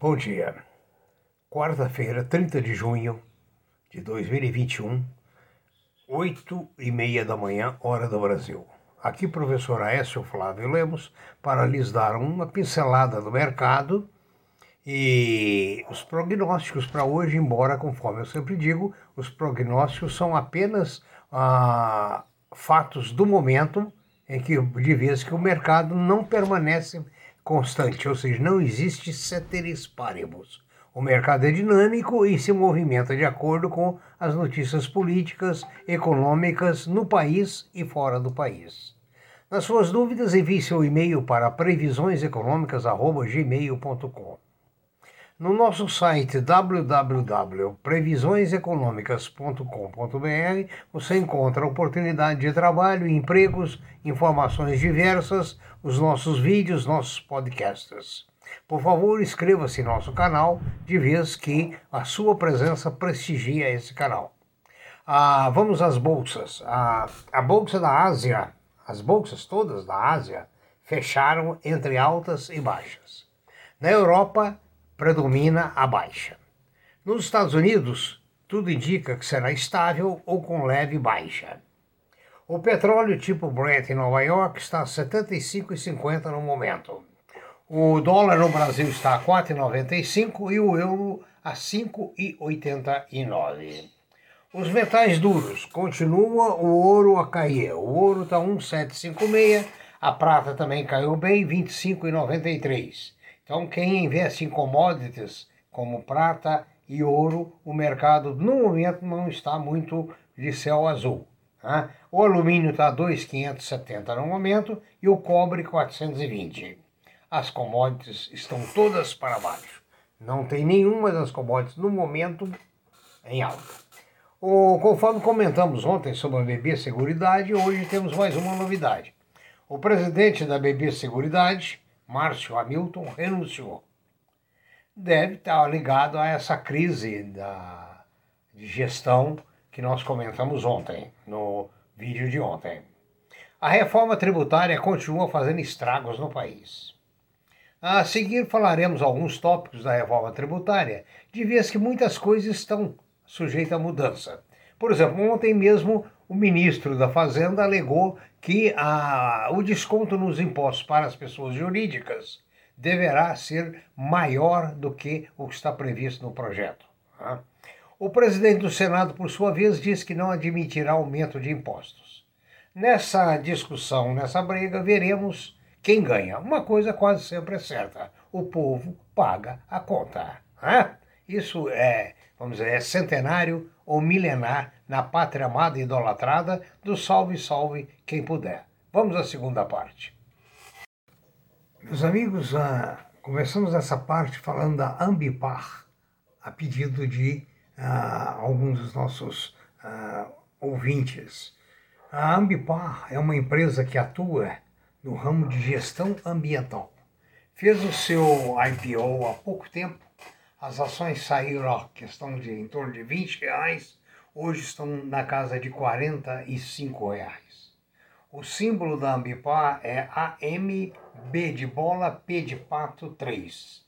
Bom dia. Quarta-feira, 30 de junho de 2021, 8h30 da manhã, hora do Brasil. Aqui, professor Aécio Flávio Lemos, para lhes dar uma pincelada do mercado e os prognósticos para hoje, embora, conforme eu sempre digo, os prognósticos são apenas fatos do momento em que, de vez que o mercado não permanece constante, ou seja, não existe ceteris paribus. O mercado é dinâmico e se movimenta de acordo com as notícias políticas, econômicas no país e fora do país. Nas suas dúvidas, envie seu e-mail para previsioneseconômicas@gmail.com. No nosso site www.previsioneseconomicas.com.br você encontra oportunidade de trabalho, empregos, informações diversas, os nossos vídeos, nossos podcasts. Por favor, inscreva-se em nosso canal, de vez que a sua presença prestigia esse canal. Vamos às bolsas. A bolsa da Ásia, as bolsas todas da Ásia, fecharam entre altas e baixas. Na Europa, predomina a baixa. Nos Estados Unidos, tudo indica que será estável ou com leve baixa. O petróleo tipo Brent em Nova York está a 75,50 no momento. O dólar no Brasil está a 4,95 e o euro a 5,89. Os metais duros continuam o ouro a cair. O ouro está 1,756, a prata também caiu bem, 25,93. Então, quem investe em commodities como prata e ouro, o mercado no momento não está muito de céu azul. Tá? O alumínio está a 2,570 no momento e o cobre 420. As commodities estão todas para baixo. Não tem nenhuma das commodities no momento em alta. Conforme comentamos ontem sobre a BB Seguridade, hoje temos mais uma novidade. O presidente da BB Seguridade, Márcio Hamilton, renunciou. Deve estar ligado a essa crise de gestão que nós comentamos ontem, no vídeo de ontem. A reforma tributária continua fazendo estragos no país. A seguir falaremos alguns tópicos da reforma tributária, de vez que muitas coisas estão sujeitas a mudança. Por exemplo, ontem mesmo o ministro da Fazenda alegou que o desconto nos impostos para as pessoas jurídicas deverá ser maior do que o que está previsto no projeto. O presidente do Senado, por sua vez, disse que não admitirá aumento de impostos. Nessa discussão, nessa briga, veremos quem ganha. Uma coisa quase sempre é certa: o povo paga a conta. Isso é, vamos dizer, é centenário ou milenar na pátria amada e idolatrada do salve, salve quem puder. Vamos à segunda parte. Meus amigos, começamos essa parte falando da Ambipar, a pedido de alguns dos nossos ouvintes. A Ambipar é uma empresa que atua no ramo de gestão ambiental. Fez o seu IPO há pouco tempo. As ações saíram a questão de em torno de R$20, hoje estão na casa de R$45. O símbolo da Ambipar é AMB de bola, P de pato 3.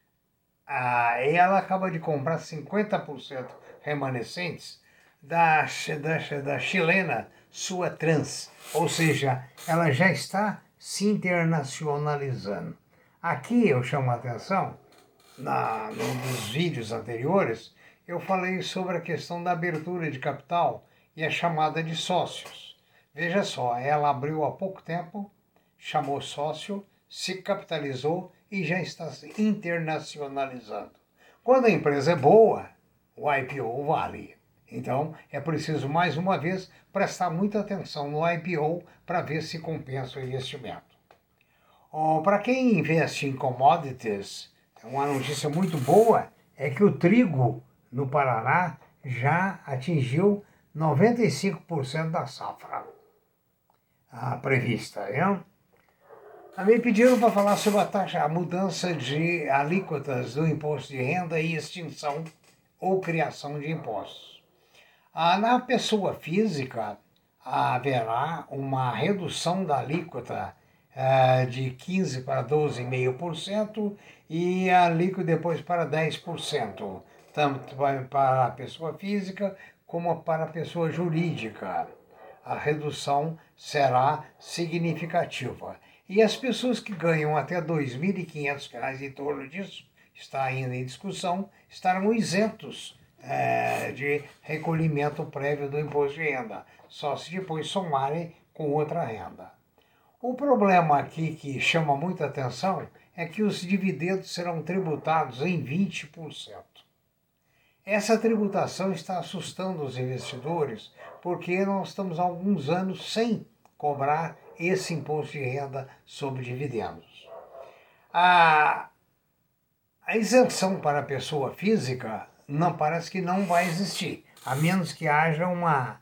Ela acaba de comprar 50% remanescentes da chilena Suatrans, ou seja, ela já está se internacionalizando. Aqui eu chamo a atenção, nos vídeos anteriores, eu falei sobre a questão da abertura de capital e a chamada de sócios. Veja só, ela abriu há pouco tempo, chamou sócio, se capitalizou e já está se internacionalizando. Quando a empresa é boa, o IPO vale. Então, é preciso, mais uma vez, prestar muita atenção no IPO para ver se compensa o investimento. Para quem investe em commodities, uma notícia muito boa é que o trigo no Paraná já atingiu 95% da safra prevista. Me pediram para falar sobre a mudança de alíquotas do imposto de renda e extinção ou criação de impostos. Na pessoa física, haverá uma redução da alíquota de 15 para 12,5% e a líquido depois para 10%, tanto para a pessoa física como para a pessoa jurídica. A redução será significativa. E as pessoas que ganham até R$ 2.500, em torno disso, está ainda em discussão, estarão isentos de recolhimento prévio do imposto de renda, só se depois somarem com outra renda. O problema aqui que chama muita atenção é que os dividendos serão tributados em 20%. Essa tributação está assustando os investidores porque nós estamos há alguns anos sem cobrar esse imposto de renda sobre dividendos. A isenção para a pessoa física não parece que não vai existir, a menos que haja uma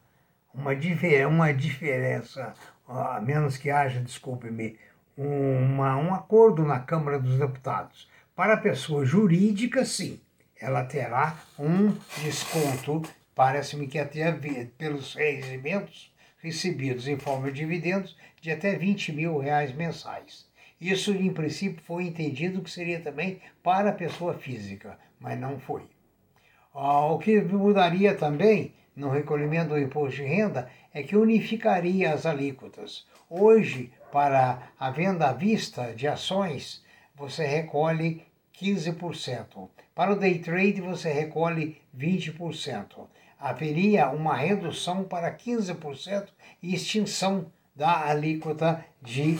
diferença, a menos que haja, desculpe-me, um acordo na Câmara dos Deputados. Para a pessoa jurídica, sim, ela terá um desconto, parece-me que até pelos rendimentos recebidos em forma de dividendos, de até R$ 20.000 mensais. Isso, em princípio, foi entendido que seria também para a pessoa física, mas não foi. O que mudaria também no recolhimento do imposto de renda é que unificaria as alíquotas. Hoje, para a venda à vista de ações, você recolhe 15%. Para o day trade, você recolhe 20%. Haveria uma redução para 15% e extinção da alíquota de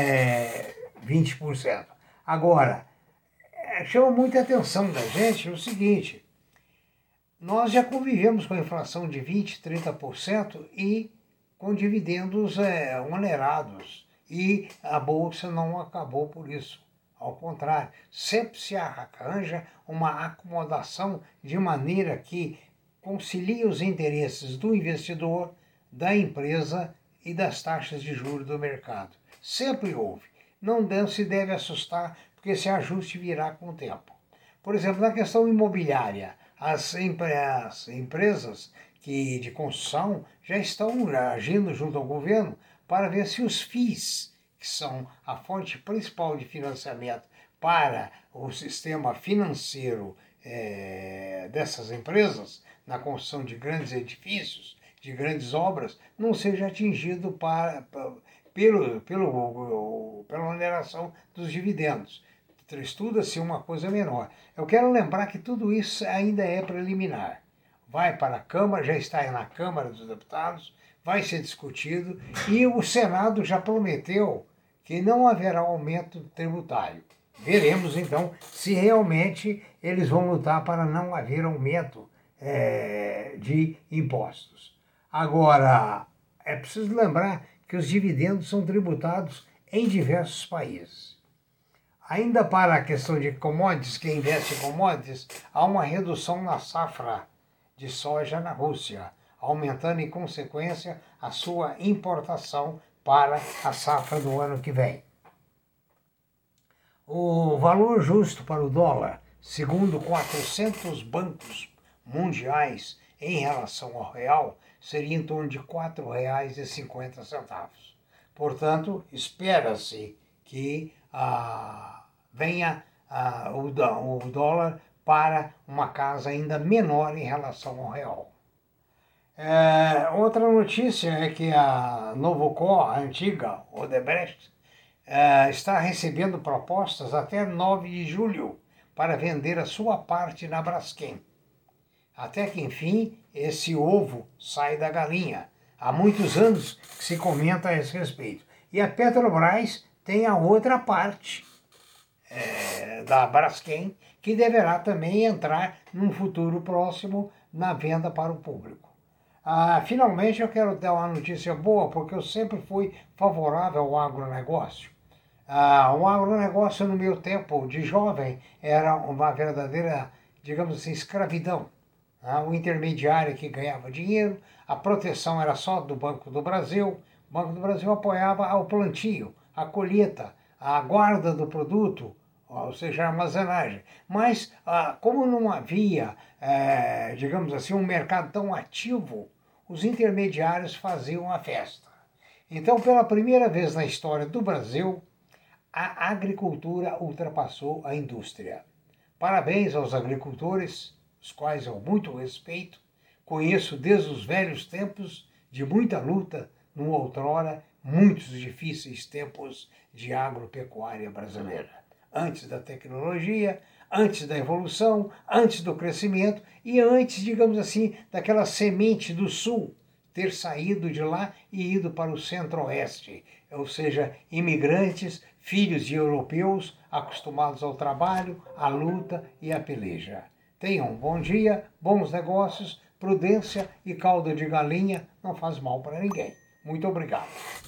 20%. Agora, chama muita atenção da gente o seguinte: nós já convivemos com a inflação de 20%, 30% e com dividendos onerados. E a Bolsa não acabou por isso. Ao contrário, sempre se arranja uma acomodação de maneira que concilie os interesses do investidor, da empresa e das taxas de juros do mercado. Sempre houve. Não se deve assustar, porque esse ajuste virá com o tempo. Por exemplo, na questão imobiliária, as empresas de construção já estão agindo junto ao governo para ver se os FIIs, que são a fonte principal de financiamento para o sistema financeiro dessas empresas, na construção de grandes edifícios, de grandes obras, não seja atingido pela oneração dos dividendos. Estuda-se uma coisa menor. Eu quero lembrar que tudo isso ainda é preliminar. Vai para a Câmara, já está na Câmara dos Deputados, vai ser discutido e o Senado já prometeu que não haverá aumento tributário. Veremos então se realmente eles vão lutar para não haver aumento de impostos. Agora, é preciso lembrar que os dividendos são tributados em diversos países. Ainda para a questão de commodities, quem investe em commodities, há uma redução na safra de soja na Rússia, aumentando em consequência a sua importação para a safra do ano que vem. O valor justo para o dólar, segundo 400 bancos mundiais em relação ao real, seria em torno de R$ 4,50. Portanto, espera-se que venha o dólar para uma casa ainda menor em relação ao real. Outra notícia é que a Novocor, a antiga Odebrecht, está recebendo propostas até 9 de julho para vender a sua parte na Braskem. Até que, enfim, esse ovo sai da galinha. Há muitos anos que se comenta a esse respeito. E a Petrobras tem a outra parte da Braskem, que deverá também entrar num futuro próximo na venda para o público. Finalmente, eu quero dar uma notícia boa, porque eu sempre fui favorável ao agronegócio. O agronegócio, no meu tempo de jovem, era uma verdadeira, digamos assim, escravidão. O intermediário que ganhava dinheiro, a proteção era só do Banco do Brasil. O Banco do Brasil apoiava o plantio, a colheita, a guarda do produto, ou seja, a armazenagem. Mas, como não havia, digamos assim, um mercado tão ativo, os intermediários faziam a festa. Então, pela primeira vez na história do Brasil, a agricultura ultrapassou a indústria. Parabéns aos agricultores, os quais eu muito respeito, conheço desde os velhos tempos de muita luta, num outrora, muitos difíceis tempos de agropecuária brasileira. Antes da tecnologia, antes da evolução, antes do crescimento e antes, digamos assim, daquela semente do sul ter saído de lá e ido para o centro-oeste, ou seja, imigrantes, filhos de europeus acostumados ao trabalho, à luta e à peleja. Tenham um bom dia, bons negócios, prudência e caldo de galinha não faz mal para ninguém. Muito obrigado.